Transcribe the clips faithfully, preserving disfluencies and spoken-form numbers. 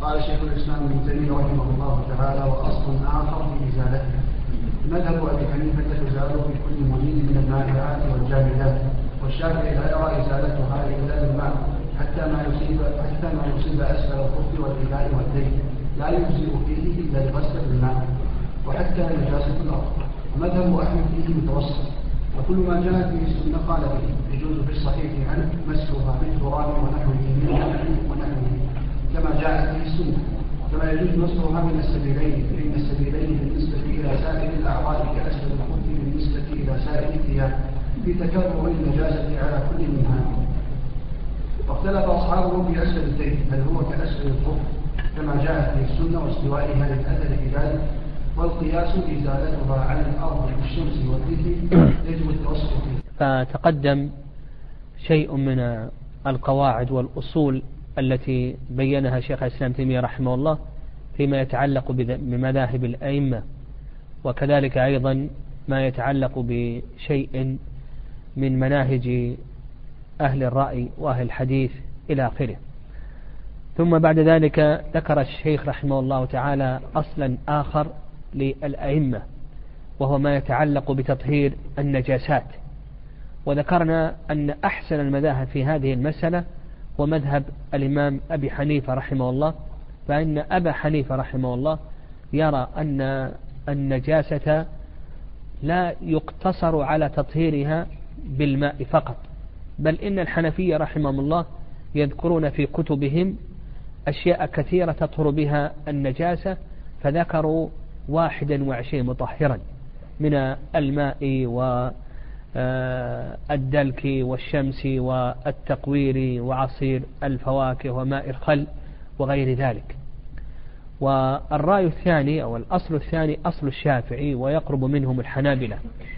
قال شيخ الإسلام ابن تيمية رحمه الله تعالى: وأصل آخر في إزالته مذهب أبي حنيفة تزال في كل منين من النافعات والجامدات، والشافعي لا يرى إزالتها إلا بالماء حتى ما يصيب حتى ما يصيب أسفل الخف والإباء والدين لا يجزئ فيه إلا الغسل بالماء، وحتى نجاسة الأرض. ومذهب أحمد فيه متوسط، وكل ما جاءت به السنة قال به يجوز في الصحيح عنه مسحها بالتراب ونحوه من النحل ونحوه كما جاءت به السنة، كما يجوز مسحها من السبيلين، فإن السبيلين بالنسبة إلى سائر الأعضاء كأسفل الخف بالنسبة إلى سائر الثياب في تكرر النجاسة على كل منها. واختلف أصحابه في أسفل الدين هل هو كأسفل الخف كما جاءت به السنة واستوائها للأثر في ذلك، والقياس إزالتها عن الأرض بالشمس والظل يجب التوسط فيه. فتقدم شيء من القواعد والأصول التي بينها شيخ الإسلام تيمية رحمه الله فيما يتعلق بمذاهب الأئمة، وكذلك أيضا ما يتعلق بشيء من مناهج أهل الرأي وأهل الحديث إلى آخره. ثم بعد ذلك ذكر الشيخ رحمه الله تعالى أصلا آخر للأئمة، وهو ما يتعلق بتطهير النجاسات. وذكرنا أن أحسن المذاهب في هذه المسألة هو مذهب الإمام أبي حنيفة رحمه الله، فإن أبا حنيفة رحمه الله يرى أن النجاسة لا يقتصر على تطهيرها بالماء فقط، بل إن الحنفية رحمهم الله يذكرون في كتبهم أشياء كثيرة تطهر بها النجاسة، فذكروا واحدا وعشرين مطهرا من الماء والدلك والشمس والتقوير وعصير الفواكه وماء الخل وغير ذلك. والرأي الثاني أو الأصل الثاني أصل الشافعي ويقرب منهم الحنابلة،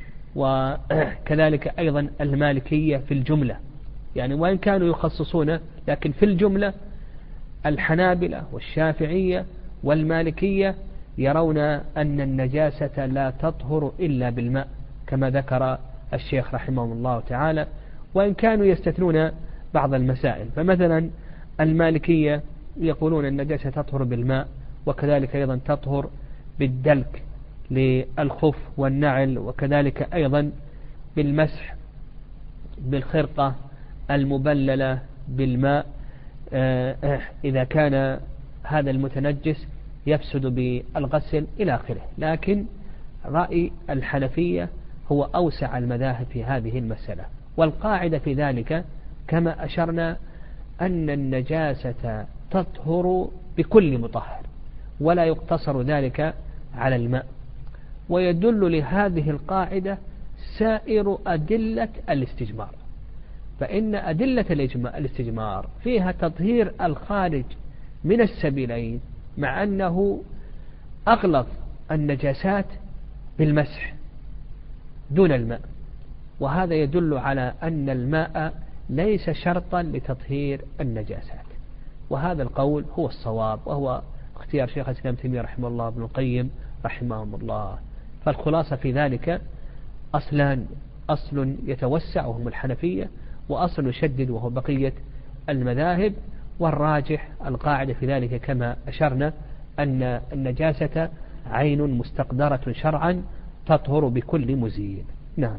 وكذلك أيضا المالكية في الجملة، يعني وإن كانوا يخصصون لكن في الجملة الحنابلة والشافعية والمالكية يرون أن النجاسة لا تطهر إلا بالماء كما ذكر الشيخ رحمه الله تعالى، وإن كانوا يستثنون بعض المسائل. فمثلا المالكية يقولون النجاسة تطهر بالماء، وكذلك أيضا تطهر بالدلك للخف والنعل، وكذلك أيضا بالمسح بالخرقة المبللة بالماء إذا كان هذا المتنجس يفسد بالغسل إلى آخره. لكن رأي الحنفية هو أوسع المذاهب في هذه المسألة، والقاعدة في ذلك كما أشرنا أن النجاسة تطهر بكل مطهر ولا يقتصر ذلك على الماء. ويدل لهذه القاعدة سائر أدلة الاستجمار، فإن أدلة الاستجمار فيها تطهير الخارج من السبيلين، مع أنه أغلظ النجاسات بالمسح دون الماء، وهذا يدل على أن الماء ليس شرطا لتطهير النجاسات. وهذا القول هو الصواب، وهو اختيار شيخ الإسلام تيمية رحمه الله ابن القيم رحمهم الله. فالخلاصة في ذلك أصلان: أصل يتوسع وهم الحنفية، وأصل يشدد وهو بقية المذاهب. والراجح القاعدة في ذلك كما أشرنا أن النجاسة عين مستقدرة شرعا تطهر بكل مزيل. نعم.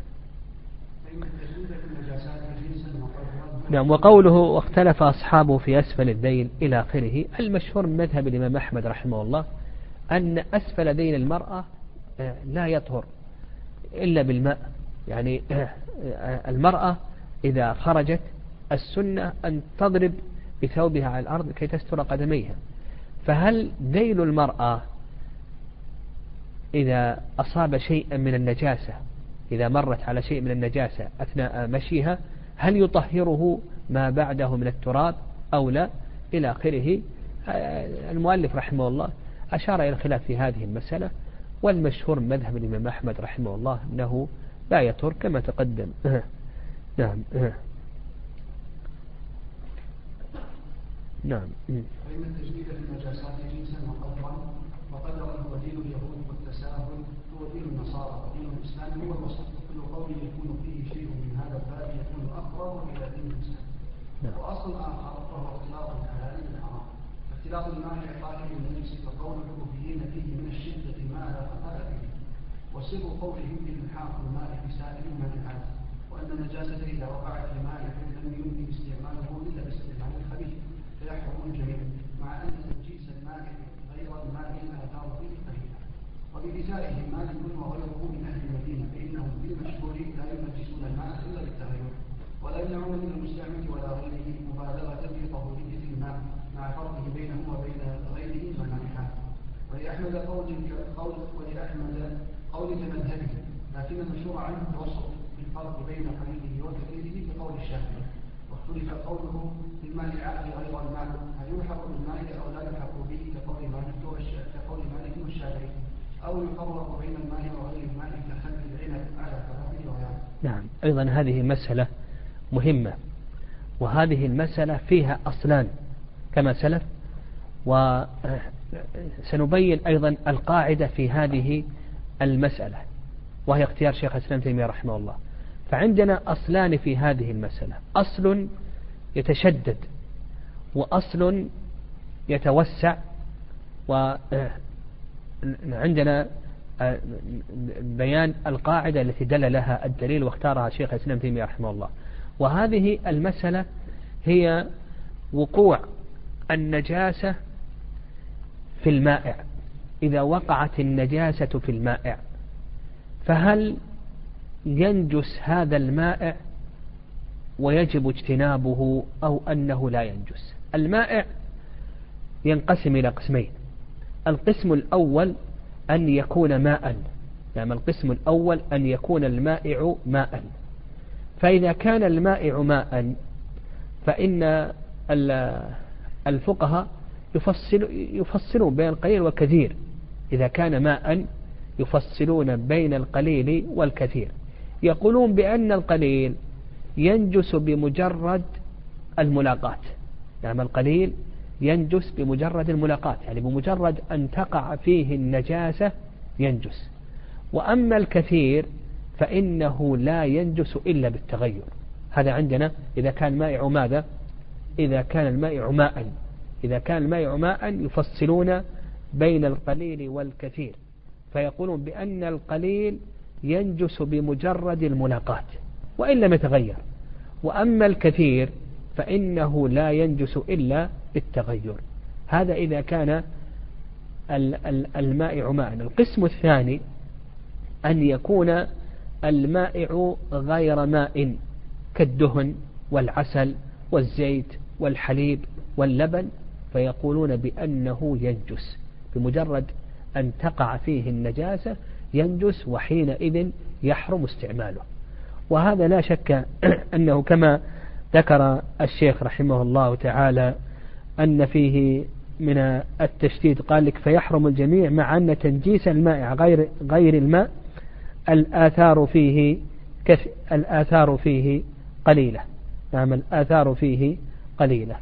نعم. وقوله واختلف أصحابه في أسفل الذيل إلى آخره، المشهور من مذهب الإمام أحمد رحمه الله أن أسفل ذيل المرأة لا يطهر إلا بالماء. يعني المرأة إذا خرجت السنة أن تضرب بثوبها على الأرض كي تستر قدميها، فهل ذيل المرأة إذا أصاب شيئا من النجاسة، إذا مرت على شيء من النجاسة أثناء مشيها، هل يطهره ما بعده من التراب أو لا إلى آخره؟ المؤلف رحمه الله أشار إلى الخلاف في هذه المسألة، والمشهور من مذهب الإمام أحمد رحمه الله أنه لا يطهر كما تقدم. نعم. نعم. فإن التجديد في النجاسات جنسا وقدرا، وقدرا هو دين اليهود والتساهل هو دين النصارى، ودين الإسلام هو الوسط. كل قول يكون فيه شيء من هذا الباب يكون أقرب إلى دين الإسلام. وأصل آخر وهو اختلاط الحلال بالحرام. واختلاط الماء الطاهر بالنجس فقول الكوفيين فيه من الشدة ما لا خفاء فيه، وسر قولهم بالحاق الماء في سائر المائعات، وأن النجاسة إذا وقعت في ماء لم يمكن استعماله إلا باستعمال الخبيث فيحرم الجميع، مع أن تنجيس الماء غير الماء آثار فيه قليلة. وبنسائهم مالك وغيره من أهل المدينة فإنهم بالمشهور لا ينجسون الماء إلا بالتغير، ولا يمنعون من المستعمل ولا غيره مبالغة في طهورية الماء مع فرقه بينه وبين غيره من المانحات. ولأحمد قول قول ولأحمد قول كمذهبه، لكن المشهور عنه التوسط في الفرق بين قليله وكثيره بقول الشافعي. واختلف قوله في المانعات غير الماء هل يلحق بالماء أو لا يلحق به كقول مالك كقول مالك والشافعي، أو يفرق بين الماء وغير الماء كخلق العنب على ثلاث روايات. نعم، أيضا هذه مسألة مهمة، وهذه المسألة فيها أصلان كما سلف، وسنبين أيضا القاعدة في هذه المسألة وهي اختيار شيخ الإسلام تيمية رحمه الله. فعندنا أصلان في هذه المسألة، أصل يتشدد وأصل يتوسع، وعندنا بيان القاعدة التي دل لها الدليل واختارها شيخ الإسلام تيمية رحمه الله. وهذه المسألة هي وقوع النجاسة في المائع. إذا وقعت النجاسة في المائع فهل ينجس هذا المائع ويجب اجتنابه أو أنه لا ينجس؟ المائع ينقسم إلى قسمين. القسم الأول أن يكون ماء، يعني القسم الأول أن يكون المائع ماء. فإذا كان المائع ماء فإن الفقهاء يفصل يفصلون بين القليل والكثير. إذا كان ماء يفصلون بين القليل والكثير، يقولون بأن القليل ينجس بمجرد الملاقات، يعني القليل ينجس بمجرد الملاقات، يعني بمجرد أن تقع فيه النجاسة ينجس. وأما الكثير فإنه لا ينجس إلا بالتغير. هذا عندنا إذا كان مائع ماذا؟ إذا كان المائع ماء. إذا كان المائع ماء يفصلون بين القليل والكثير، فيقولون بأن القليل ينجس بمجرد الملاقات وإن لم يتغير، وأما الكثير فإنه لا ينجس إلا بالتغير. هذا إذا كان المائع ماء. القسم الثاني أن يكون المائع غير ماء كالدهن والعسل والزيت والحليب واللبن، فيقولون بأنه ينجس بمجرد أن تقع فيه النجاسة ينجس، وحينئذ يحرم استعماله. وهذا لا شك أنه كما ذكر الشيخ رحمه الله تعالى أن فيه من التشديد، قال لك فيحرم الجميع مع أن تنجيس المائع غير غير الماء الآثار فيه كف الآثار فيه قليلة. نعم، الآثار فيه قليلة.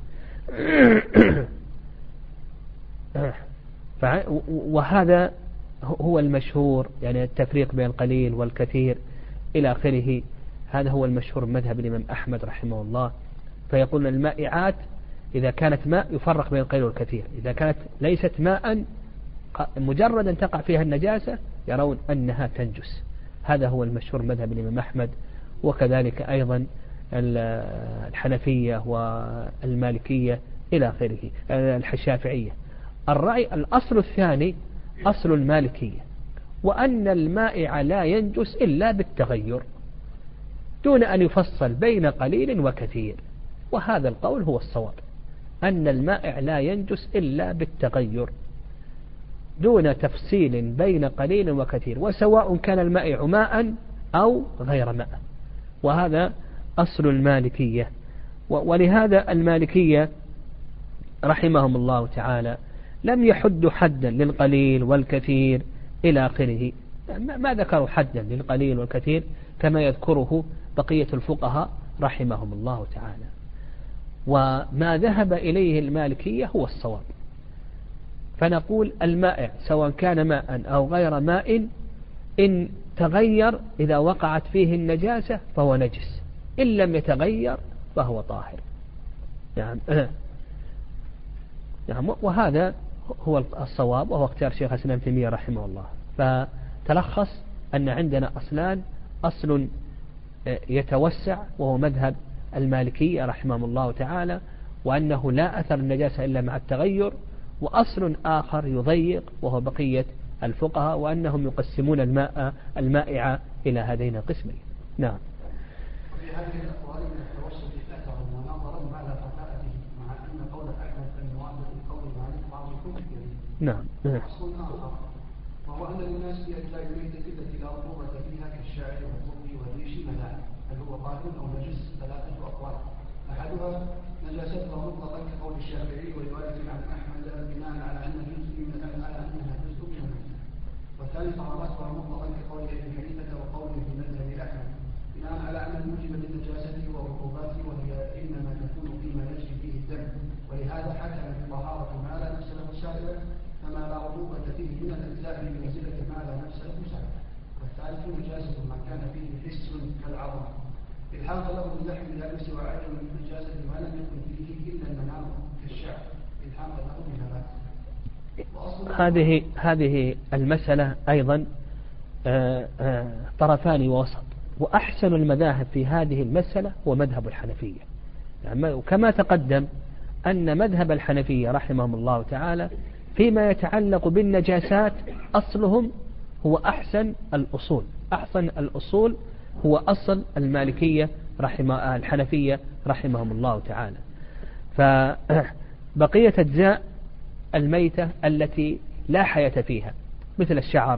وهذا هو المشهور، يعني التفريق بين القليل والكثير إلى آخره. هذا هو المشهور مذهب الإمام أحمد رحمه الله. فيقول المائعات إذا كانت ماء يفرق بين القليل والكثير، إذا كانت ليست ماء مجرد أن تقع فيها النجاسة يرون أنها تنجس. هذا هو المشهور مذهب الإمام أحمد، وكذلك أيضا الحنفية والمالكية إلى آخره، الشافعية. الرأي الأصل الثاني أصل المالكية، وأن المائع لا ينجس إلا بالتغير دون أن يفصل بين قليل وكثير. وهذا القول هو الصواب، أن المائع لا ينجس إلا بالتغير دون تفصيل بين قليل وكثير، وسواء كان المائع ماء أو غير ماء. وهذا أصل المالكية. ولهذا المالكية رحمهم الله تعالى لم يحدوا حدا للقليل والكثير إلى آخره، ما ذكروا حدا للقليل والكثير كما يذكره بقية الفقهاء رحمهم الله تعالى. وما ذهب إليه المالكية هو الصواب. فنقول المائع سواء كان ماء أو غير ماء إن تغير إذا وقعت فيه النجاسة فهو نجس، إن لم يتغير فهو طاهر. نعم. نعم. وهذا هو الصواب وهو اختيار شيخ الإسلام ابن تيمية رحمه الله. فتلخص أن عندنا أصلان: أصل يتوسع وهو مذهب المالكية رحمه الله تعالى، وأنه لا أثر النجاسة إلا مع التغير، وأصل آخر يضيق وهو بقية الفقهاء، وأنهم يقسمون الماء المائع إلى هذين القسمين. نعم. وفي هذه الأقوال من التوسط أثر ونظرا مع خفاءته، مع أن قول أحمد الموافق لقول مالك بعض الكتب. نعم. أصل آخر وهو أن للناس في أجزاء الميتة التي لا رطوبة فيها كالشعر والبر والريش مذاهب، هل هو طاهر أو نجس؟ ثلاثة أقوال: أحدها نجاستها مطلقا كقول الشافعي ورواية عن أحمد بناء على أن جزء من على أنها جزء من الميتة. والثاني طهارتها مطلقا كقول ابن حنيفة وقوله في مذهب أحمد بناء على أن الموجب للنجاسة والرطوبات وهي إنما تكون فيما يجري فيه الدم، ولهذا حكم بطهارة ما لا نفس له سائلا، فما لا رطوبة فيه من الأجزاء بمنزلة ما لا نفس له سائلا. والثالث نجاسة ما كان فيه حس كالعظم الحاق له باللحم اليابس وعاجل من نجاسة ما لم يكن فيه إلا المنام كالشعر الحاق له بنبات. هذه هذه المسألة أيضا آآ آآ طرفان ووسط، وأحسن المذاهب في هذه المسألة هو مذهب الحنفية. يعني وكما تقدم أن مذهب الحنفية رحمهم الله تعالى فيما يتعلق بالنجاسات أصلهم هو أحسن الأصول. أحسن الأصول هو أصل المالكية رحمه الحنفية رحمهم الله تعالى. فبقية أجزاء الميتة التي لا حياة فيها مثل الشعر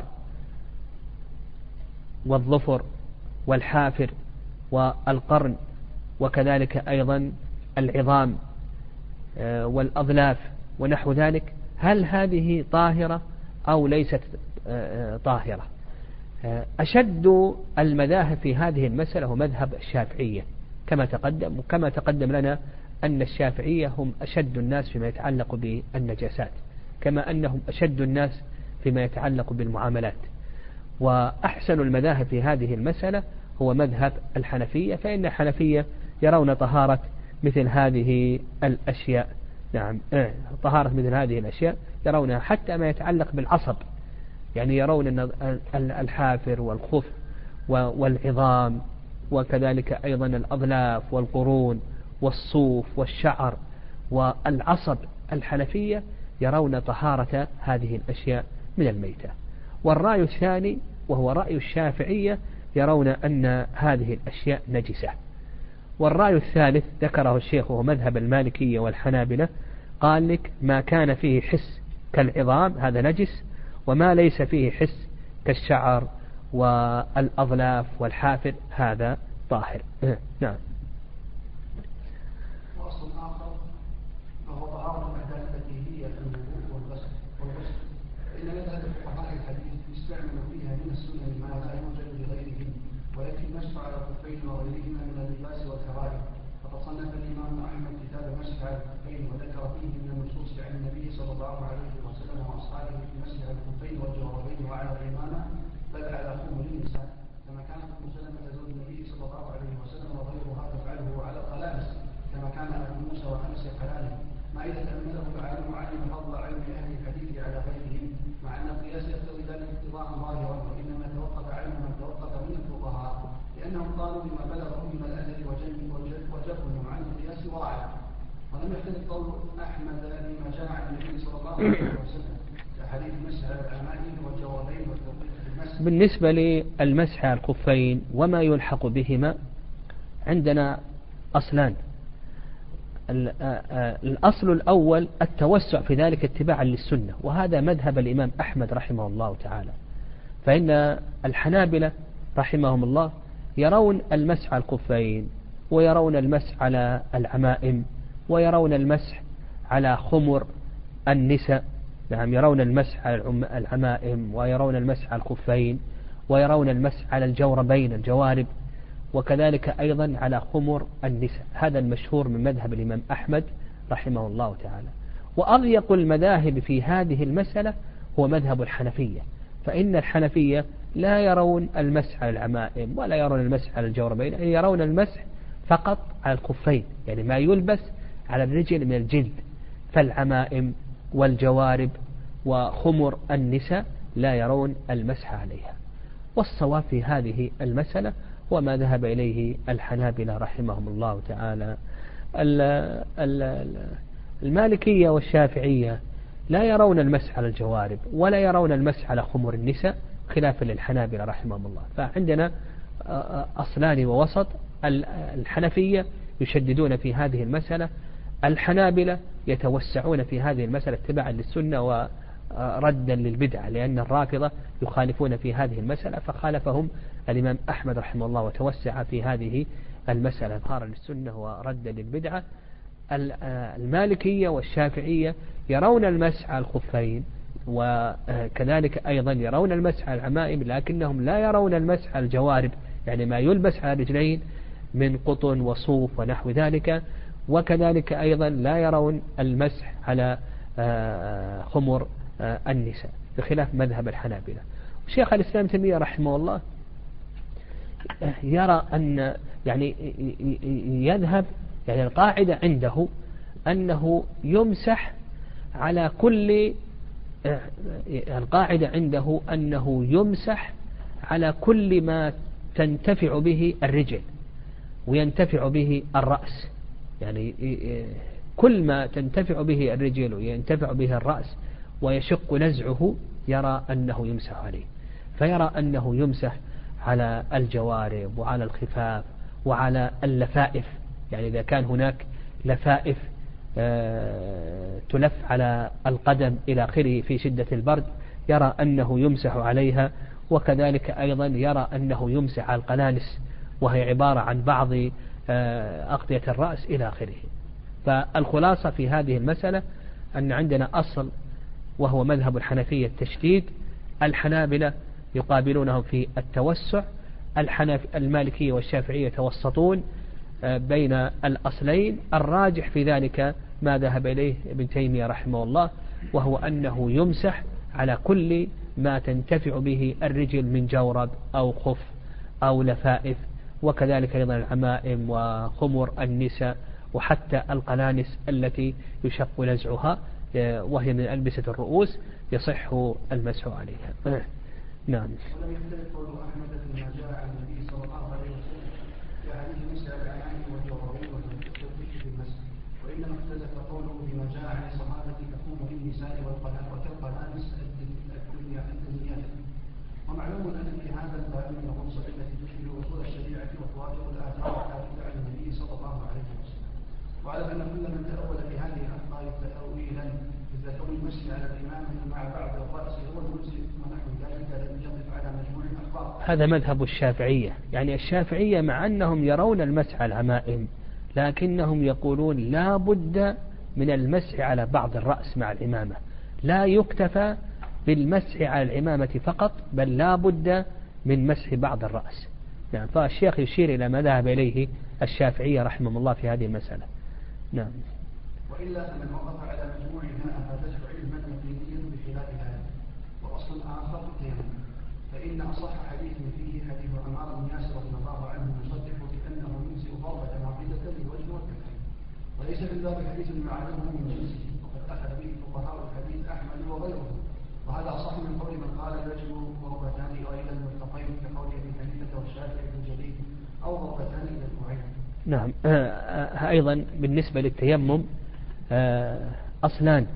والظفر والحافر والقرن، وكذلك أيضا العظام والأظلاف ونحو ذلك، هل هذه طاهرة أو ليست طاهرة؟ أشد المذاهب في هذه المسألة هو مذهب الشافعية كما تقدم، وكما تقدم لنا أن الشافعية هم أشد الناس فيما يتعلق بالنجاسات، كما أنهم أشد الناس فيما يتعلق بالمعاملات. وأحسن المذاهب في هذه المسألة هو مذهب الحنفية، فإن الحنفية يرون طهارة مثل هذه الأشياء. نعم، طهارة مثل هذه الأشياء يرونها حتى ما يتعلق بالعصب، يعني يرون أن الحافر والخف والعظام وكذلك أيضا الأظلاف والقرون والصوف والشعر والعصب، الحنفية يرون طهارة هذه الأشياء من الميتة. والرأي الثاني وهو رأي الشافعية يرون أن هذه الأشياء نجسة. والرأي الثالث ذكره الشيخ وهو مذهب المالكية والحنابلة، قال لك ما كان فيه حس كالعظام هذا نجس، وما ليس فيه حس كالشعر والأظلاف والحافر هذا طاهر. نعم. وأصل آخر وهو طهارة الأعداء التي هي الوضوء والغسل والغسل فإن مذهب فقهاء الحديث يستعمل فيها من السنن ما لا يوجد لغيرهم، ويكفي المسح على الخفين وغيرهما من اللباس والكرائم. فقد صنف الإمام أحمد كتاب المسح على الخفين وذكر فيه من النصوص عن النبي صلى الله عليه وسلم وأصحابه في المسح على الخفين والجوربين وعلى الإمامة بل على خمر النساء، كما كانت أم سلمة زوج النبي صلى الله عليه وسلم وغيرها تفعله على القلائس، كما كان أبو موسى وأنس يفعلانه. ما إذا تأمله العالم علم فضل علم أهل الحديث على غيرهم، مع أن القياس يقتضي ذلك اقتضاء ظاهرا، وإنما توقف علم من توقف من الفقهاء، لأنهم قالوا بما بلغهم من الأدب وجبهم عن القياس وراعه. ولم يختلف قول أحمد لما جاء عن النبي صلى الله عليه وسلم كحديث المسح على الأعمال والجوربين والتوقيت في المسح. بالنسبة للمسح على الخفين وما يلحق بهما عندنا أصلان. الأصل الأول التوسع في ذلك اتباعا للسنة، وهذا مذهب الإمام أحمد رحمه الله تعالى. فإن الحنابلة رحمهم الله يرون المسح على الخفين، ويرون المسح على العمائم، ويرون المسح على خمر النساء. نعم، يرون المسح على العمائم، ويرون المسح على الخفين، ويرون المسح على الجوربين الجوارب، وكذلك أيضا على خمر النساء. هذا المشهور من مذهب الإمام أحمد رحمه الله تعالى. وأضيق المذاهب في هذه المسألة هو مذهب الحنفية، فإن الحنفية لا يرون المسح على العمائم ولا يرون المسح على الجوربين، يعني يرون المسح فقط على الخفين، يعني ما يلبس على الرجل من الجلد. فالعمائم والجوارب وخمر النساء لا يرون المسح عليها. والصواب في هذه المسألة وما ذهب إليه الحنابلة رحمهم الله تعالى. المالكية والشافعية لا يرون المسح على الجوارب ولا يرون المسح على خمر النساء خلافا للحنابلة رحمهم الله. فعندنا أصلان ووسط. الحنفية يشددون في هذه المسألة، الحنابلة يتوسعون في هذه المسألة اتباعا للسنة وردا للبدعة، لأن الرافضة يخالفون في هذه المسألة فخالفهم الإمام أحمد رحمه الله وتوسع في هذه المسألة إظهارا للسنة وردا للبدعة. المالكية والشافعية يرون المسح على الخفين وكذلك أيضا يرون المسح على العمائم، لكنهم لا يرون المسح على الجوارب، يعني ما يلبس على الرجلين من قطن وصوف ونحو ذلك. وكذلك أيضا لا يرون المسح على خمر النساء بخلاف مذهب الحنابلة. شيخ الإسلام تيمية رحمه الله يرى أن يعني يذهب يعني القاعدة عنده أنه يمسح على كل القاعدة عنده أنه يمسح على كل ما تنتفع به الرجل وينتفع به الرأس، يعني كل ما تنتفع به الرجل وينتفع به الرأس ويشق نزعه يرى أنه يمسح عليه. فيرى أنه يمسح على الجوارب وعلى الخفاف وعلى اللفائف، يعني إذا كان هناك لفائف تلف على القدم إلى آخره في شدة البرد يرى أنه يمسح عليها. وكذلك أيضا يرى أنه يمسح على القلانس وهي عبارة عن بعض أغطية الرأس إلى آخره. فالخلاصة في هذه المسألة أن عندنا أصل وهو مذهب الحنفية التشديد، الحنابلة يقابلونهم في التوسع، الحنف المالكية والشافعية يتوسطون بين الأصلين. الراجح في ذلك ما ذهب إليه ابن تيمية رحمه الله، وهو أنه يمسح على كل ما تنتفع به الرجل من جورب أو خف أو لفائف، وكذلك أيضا العمائم وخمر النساء وحتى القلانس التي يشق نزعها وهي من ألبسة الرؤوس يصح المسح عليها. نعم. ولم يختلف قول أحمد فيما جاء عن النبي صلى الله عليه وسلم في حديث مسح العمائم والجوربين والتثبيت في المسح، وإنما اختلف قوله فيما جاء عن الصحابة كخمر النساء والقلانس الدنيا. ومعلوم أن في هذا الباب من الرخصة التي تشبه أصول الشريعة وتوافق الآثار الثابتة عن النبي صلى الله عليه وسلم. وعلى أن كل من تأول في هذه الأخبار تأويلا مثل كون المسح على الإمام مع بعض الرأس هو المسلم ونحو ذلك لم يقف على مجموع الأخبار. هذا مذهب الشافعية، يعني الشافعية مع أنهم يرون المسح على العمائم لكنهم يقولون لا بد من المسح على بعض الرأس مع الإمامة، لا يكتفى بالمسح على العمامة فقط بل لا بد من مسح بعض الرأس. نعم. فالشيخ يشير إلى ما ذهب إليه الشافعية رحمه الله في هذه المسألة. نعم. وإلا فمن وقف على مجموعها أفادته علما يقينيا بخلاف هذا. وأصل آخر التيمم، فإن أصح حديث فيه حديث عمار بن ياسر رضي الله عنه يصدق بأنه ينزل ضربة واحدة للوجه والكفين، وليس في الباب حديث معلوم من جنسه، وقد أخذ به فقهاء الحديث أحمد وغيره، وهذا أصح من قول من قال يجب ضربتان إلى المرفقين كقول أبي حنيفة والشافعي بن جرير أو ضربتان إلى الكوعين. نعم. أيضا بالنسبة للتيمم أصلان،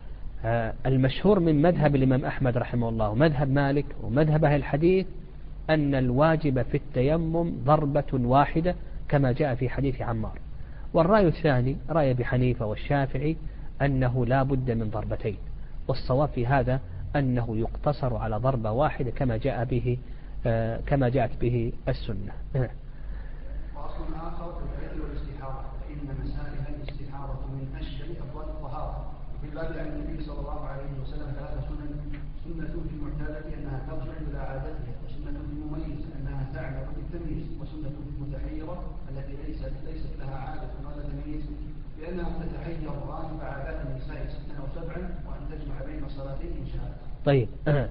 المشهور من مذهب الإمام أحمد رحمه الله ومذهب مالك ومذهب أهل الحديث أن الواجب في التيمم ضربة واحدة كما جاء في حديث عمار. والرأي الثاني رأي أبي حنيفة والشافعي أنه لا بد من ضربتين، والصواب في هذا أنه يقتصر على ضربة واحدة كما جاء به كما جاءت به السنة. وأصل آخر في الحيض والاستحارة، فإن مسائل الاستحارة من أشبه أبواب الطهارة، وفي الباب عن النبي صلى الله عليه وسلم ثلاث سنن: سنة في المعتادة أنها ترجع إلى عادتها، وسنة في المميز أنها تعمل بالتمييز، وسنة في المتحيرة التي ليست ليست لها عادة ولا تمييز بأنها تتحير غالب عادات النساء ستا أو سبعا، وأن تجمع بين الصلاتين إن شاء. طيب،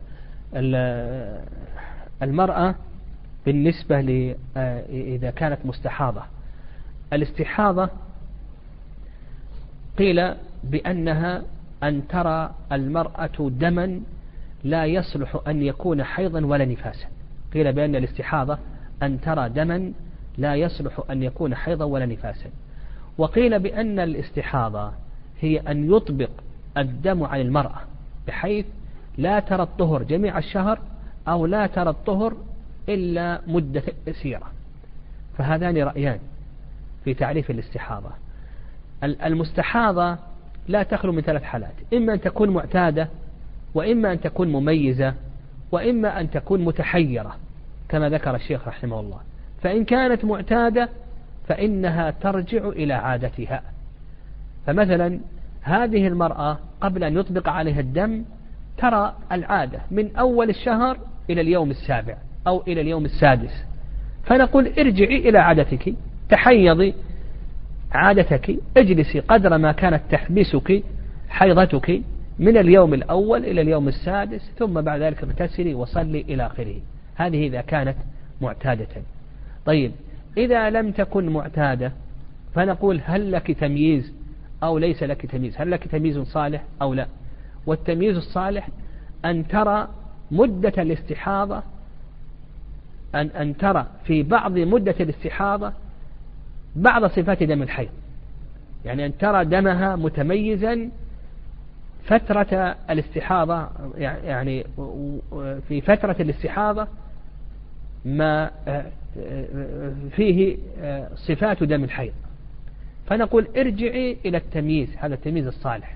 المرأة بالنسبة ل إذا كانت مستحاضة، الاستحاضة قيل بأنها أن ترى المرأة دما لا يصلح أن يكون حيضا ولا نفاسا. قيل بأن الاستحاضة أن ترى دما لا يصلح أن يكون حيضا ولا نفاسا. وقيل بأن الاستحاضة هي أن يطبق الدم عن المرأة بحيث لا ترى الطهر جميع الشهر أو لا ترى الطهر إلا مدة يسيرة. فهذان رأيان في تعريف الاستحاضة. المستحاضة لا تخلو من ثلاث حالات: إما أن تكون معتادة، وإما أن تكون مميزة، وإما أن تكون متحيرة كما ذكر الشيخ رحمه الله. فإن كانت معتادة فإنها ترجع إلى عادتها. فمثلا هذه المرأة قبل أن يطبق عليها الدم ترى العادة من أول الشهر إلى اليوم السابع أو إلى اليوم السادس، فنقول ارجعي إلى عادتك، تحيضي عادتك، اجلسي قدر ما كانت تحبسك حيضتك من اليوم الأول إلى اليوم السادس، ثم بعد ذلك اغتسلي وصلي إلى آخره. هذه إذا كانت معتادة. طيب إذا لم تكن معتادة فنقول هل لك تمييز أو ليس لك تمييز؟ هل لك تمييز صالح أو لا؟ والتمييز الصالح أن ترى مدة الاستحاضة أن, أن ترى في بعض مدة الاستحاضة بعض صفات دم الحيض، يعني أن ترى دمها متميزا فترة الاستحاضة، يعني في فترة الاستحاضة ما فيه صفات دم الحيض، فنقول ارجعي إلى التمييز، هذا التمييز الصالح،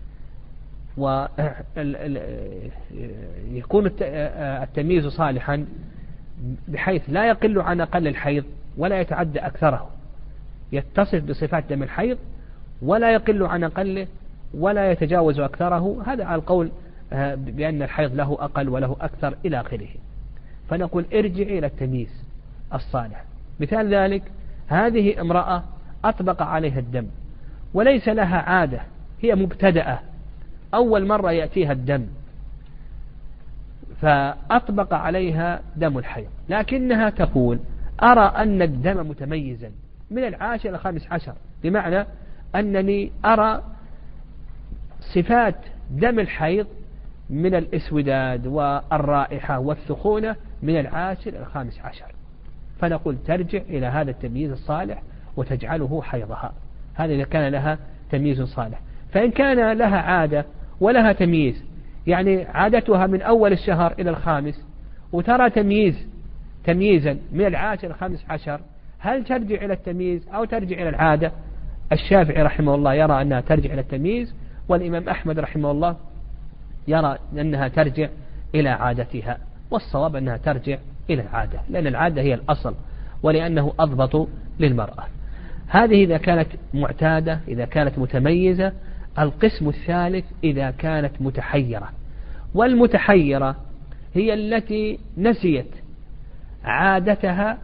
ويكون التمييز صالحا بحيث لا يقل عن أقل الحيض ولا يتعدى أكثره، يتصف بصفات دم الحيض ولا يقل عن أقله ولا يتجاوز أكثره. هذا على القول بأن الحيض له أقل وله أكثر إلى آخره. فنقول ارجعي إلى التمييز الصالح. مثال ذلك هذه امرأة أطبق عليها الدم وليس لها عادة، هي مبتدأة أول مرة يأتيها الدم، فأطبق عليها دم الحيض، لكنها تقول أرى أن الدم متميزا من العاشر إلى الخامس عشر، بمعنى أنني أرى صفات دم الحيض من الإسوداد والرائحة والثخونة من العاشر إلى الخامس عشر، فنقول ترجع إلى هذا التمييز الصالح وتجعله حيضها. هذا إذا كان لها تمييز صالح. فإن كان لها عادة ولها تمييز، يعني عادتها من أول الشهر إلى الخامس وترى تمييز تمييزا من العاشر إلى الخامس عشر، هل ترجع إلى التمييز أو ترجع إلى العادة؟ الشافعي رحمه الله يرى أنها ترجع إلى التمييز، والإمام أحمد رحمه الله يرى أنها ترجع إلى عادتها، والصواب أنها ترجع إلى العادة، لأن العادة هي الأصل ولأنه أضبط للمرأة. هذه إذا كانت معتادة، إذا كانت متميزة. القسم الثالث إذا كانت متحيرة، والمتحيرة هي التي نسيت عادتها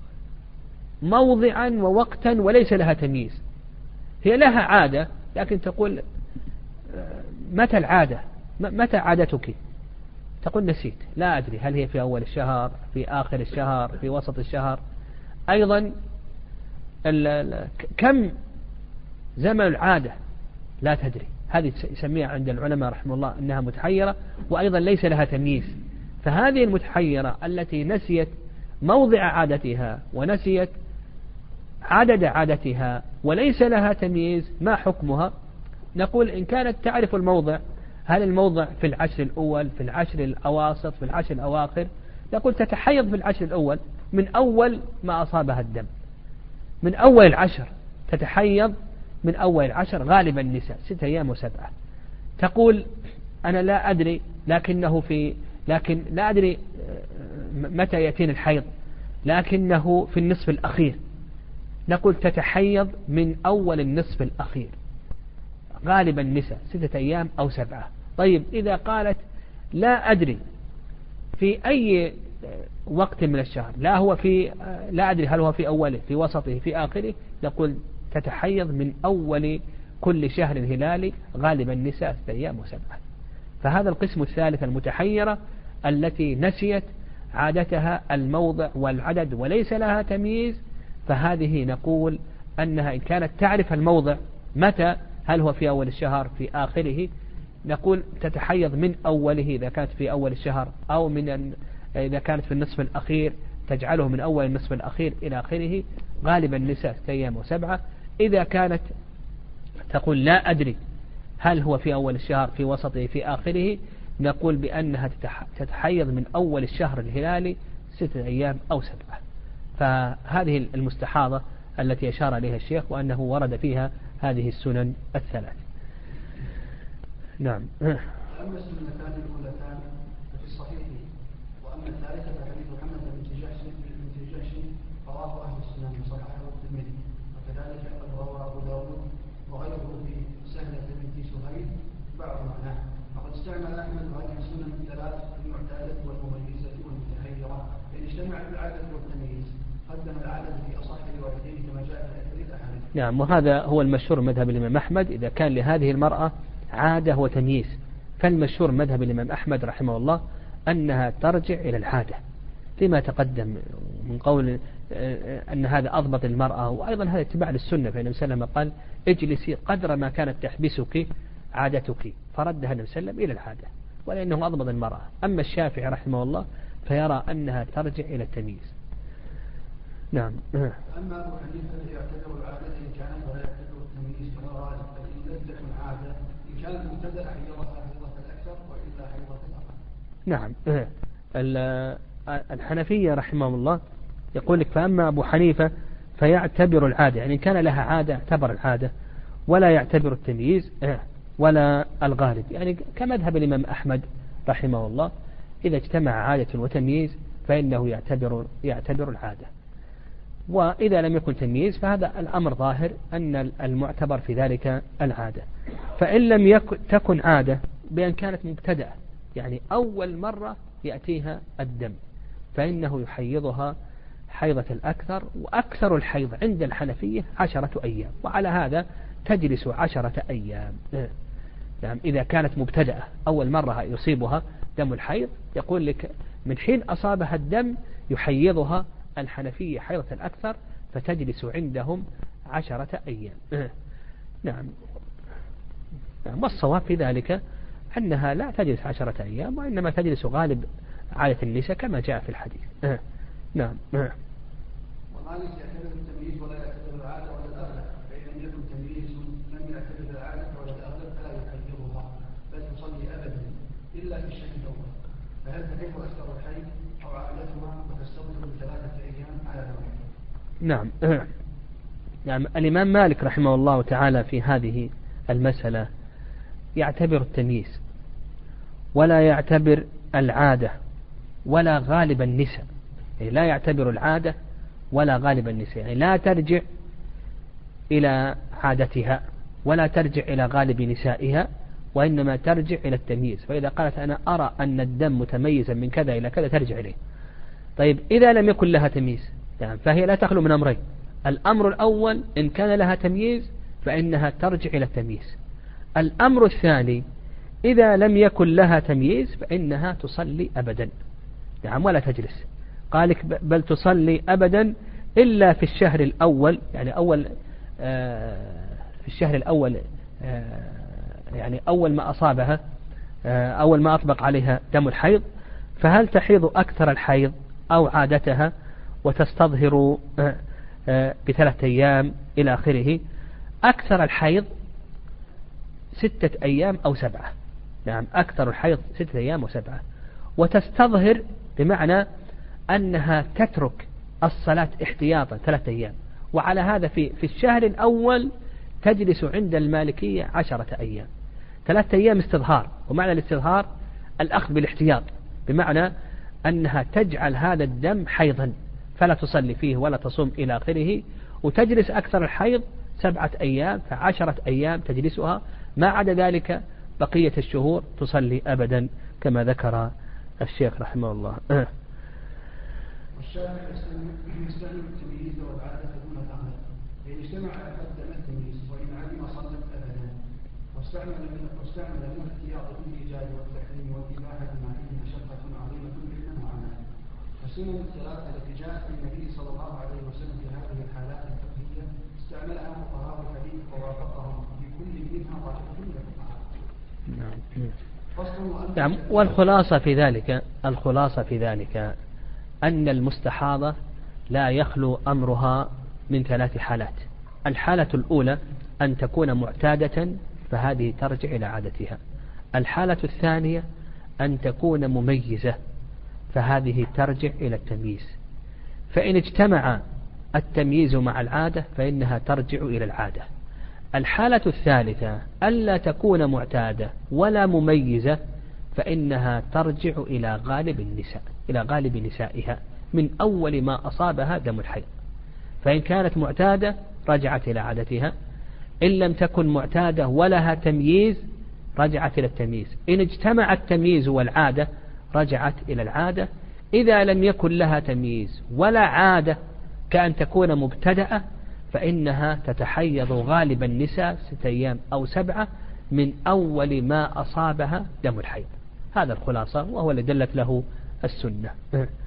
موضعا ووقتا وليس لها تمييز. هي لها عادة لكن تقول متى العادة؟ متى عادتك؟ تقول نسيت، لا أدري هل هي في أول الشهر، في آخر الشهر، في وسط الشهر. أيضا ال ال كم زمن العادة لا تدري. هذه يسميها عند العلماء رحمه الله أنها متحيرة، وأيضا ليس لها تمييز. فهذه المتحيرة التي نسيت موضع عادتها ونسيت عدد عادتها وليس لها تمييز، ما حكمها؟ نقول إن كانت تعرف الموضع، هل الموضع في العشر الأول، في العشر الأواسط، في العشر الأواخر، نقول تتحيض في العشر الأول من أول ما أصابها الدم، من أول العشر تتحيض، من أول العشر غالبا النساء ستة أيام وسبعة. تقول أنا لا أدري، لكنه في لكن لا أدري متى يأتين الحيض، لكنه في النصف الأخير. نقول تتحيض من أول النصف الأخير، غالبا النساء ستة أيام أو سبعة. طيب إذا قالت لا أدري في أي وقت من الشهر، لا هو في لا أدري هل هو في أوله، في وسطه، في آخره، نقول تتحيض من أول كل شهر هلالي، غالبا النساء ستة أيام وسبعة. فهذا القسم الثالث المتحيرة التي نسيت عادتها الموضع والعدد وليس لها تمييز، فهذه نقول أنها إن كانت تعرف الموضع متى هل هو في أول الشهر في آخره؟ نقول تتحيض من أوله إذا كانت في أول الشهر، أو من إذا كانت في النصف الأخير تجعله من أول النصف الأخير إلى آخره، غالبا النساء ستة أيام وسبعة. إذا كانت تقول لا أدري هل هو في أول الشهر في وسطه في آخره، نقول بأنها تتحيض من أول الشهر الهلالي ستة أيام أو سبعة. فهذه المستحاضة التي أشار إليها الشيخ، وأنه ورد فيها هذه السنن الثلاث. نعم. أما السنتان الأولتان ففي الصحيح، وأما الثالثة فحديث محمد بن جحش بن جحش رواه أهل السنن وصححه الترمذي، وكذلك قد روى أبو داود وغيره في سهلة بنت سهيل بعض معناه. وقد استعمل أحمد هذه السنن الثلاث المعتادة والمميزة والمتحيرة، فإن اجتمعت العادة والتمييز قدم العادة في أصح الروايتين كما جاء في الحديث الأحاديث. نعم، وهذا هو المشهور مذهب الإمام أحمد. إذا كان لهذه المرأة عادة وتمييز، فالمشهور مذهب الإمام أحمد رحمه الله أنها ترجع إلى العادة، لما تقدم من قول أن هذا أضبط المرأة، وأيضا هذا اتباع للسنة. فإن سلم قال اجلسي قدر ما كانت تحبسك عادتك، فردها النبي صلى الله عليه وسلم إلى العادة، ولأنه أضبط المرأة. أما الشافعي رحمه الله فيرى أنها ترجع إلى التمييز. نعم. أما أبو حنيفة الذي يعتبر العادة إن كانت ولا يعتبر التمييز فلا راجع، فإن لم تكن عادة إن كانت مبتدأ حيضتها حيضة الأكثر وإلا حيضة الأقل. نعم. الحنفية رحمه الله يقول لك فأما أبو حنيفة فيعتبر العادة، يعني إن كان لها عادة اعتبر العادة، ولا يعتبر التمييز ولا الغالب، يعني كمذهب الإمام أحمد رحمه الله إذا اجتمع عادة وتمييز فإنه يعتبر يعتبر العادة. وإذا لم يكن تمييز فهذا الأمر ظاهر أن المعتبر في ذلك العادة. فإن لم يكن تكن عادة بأن كانت مبتدأة، يعني أول مرة يأتيها الدم، فإنه يحيضها حيضة الأكثر، وأكثر الحيض عند الحنفية عشرة أيام، وعلى هذا تجلس عشرة أيام. يعني إذا كانت مبتدأة أول مرة يصيبها دم الحيض، يقول لك من حين أصابها الدم يحيضها الحنفية حيضة الأكثر، فتجلس عندهم عشرة أيام. نعم. والصواب في ذلك أنها لا تجلس عشرة أيام، وإنما تجلس غالب عادة النساء كما جاء في الحديث. نعم. ومالك يعتبر التمييز ولا يعتبر العادة ولا الأغلب، فإن لم يكن تمييز لم يعتبر العادة ولا الأغلب فلا يحيضها، بل تصلي أبدا إلا في الشهر الأول. فهل تحيض أكثر الحيض أو عادتها وتستغرق ثلاثة أيام على ذلك؟ نعم. نعم. الإمام مالك رحمه الله تعالى في هذه المسألة يعتبر التمييز، ولا يعتبر العادة ولا غالب النساء، يعني لا يعتبر العادة ولا غالب النساء، يعني لا ترجع إلى عادتها ولا ترجع إلى غالب نسائها، وإنما ترجع إلى التمييز. فإذا قالت أنا أرى أن الدم متميزا من كذا إلى كذا ترجع إليه. طيب إذا لم يكن لها تمييز يعني فهي لا تخلو من أمرين. الأمر الأول إن كان لها تمييز فإنها ترجع إلى التمييز. الأمر الثاني إذا لم يكن لها تمييز فإنها تصلي أبدا، نعم، ولا تجلس. قالك بل تصلي أبدا إلا في الشهر الأول، يعني أول آه في الشهر الأول آه يعني أول ما أصابها آه أول ما أطبق عليها دم الحيض، فهل تحيض أكثر الحيض أو عادتها وتستظهر آه آه بثلاثة أيام إلى آخره. أكثر الحيض ستة أيام أو سبعة، نعم، أكثر الحيض ستة أيام وسبعة. وتستظهر بمعنى أنها تترك الصلاة احتياطا ثلاثة أيام، وعلى هذا في في الشهر الأول تجلس عند المالكية عشرة أيام. ثلاثة أيام استظهار، ومعنى الاستظهار الأخذ بالاحتياط، بمعنى أنها تجعل هذا الدم حيضا فلا تصلي فيه ولا تصوم إلى آخره، وتجلس أكثر الحيض سبعة أيام، فعشرة أيام تجلسها، ما عدا ذلك بقية الشهور تصلي أبدا كما ذكر الشيخ رحمه الله. والشافعي يستعمل التمييز والعادة دون الأغلب، فإن اجتمع قدم التمييز وإن علم صلت أبدا. واستعمل واستعمل من الاحتياط في الإيجاب والتحريم والإباحة ما فيه مشقة عظيمة علما وعملا. فالسنن الثلاثة التي جاءت عن النبي صلى الله عليه وسلم في هذه الحالات الفقهية استعملها فقهاء الحديث ووافقهم في كل منها طائفة نعم. نعم. والخلاصة في ذلك الخلاصة في ذلك أن المستحاضة لا يخلو أمرها من ثلاث حالات. الحالة الأولى أن تكون معتادة فهذه ترجع إلى عادتها. الحالة الثانية أن تكون مميزة فهذه ترجع إلى التمييز. فإن اجتمع التمييز مع العادة فإنها ترجع إلى العادة. الحالة الثالثة ألا تكون معتادة ولا مميزة فإنها ترجع إلى غالب النساء إلى غالب نسائها من أول ما أصابها دم الحيض. فإن كانت معتادة رجعت إلى عادتها، إن لم تكن معتادة ولها تمييز رجعت إلى التمييز، إن اجتمع التمييز والعادة رجعت إلى العادة. إذا لم يكن لها تمييز ولا عادة كأن تكون مبتدأة فإنها تتحيض غالب النساء ستة أيام أو سبعة من أول ما أصابها دم الحيض. هذا الخلاصة وهو اللي دلت له السنة.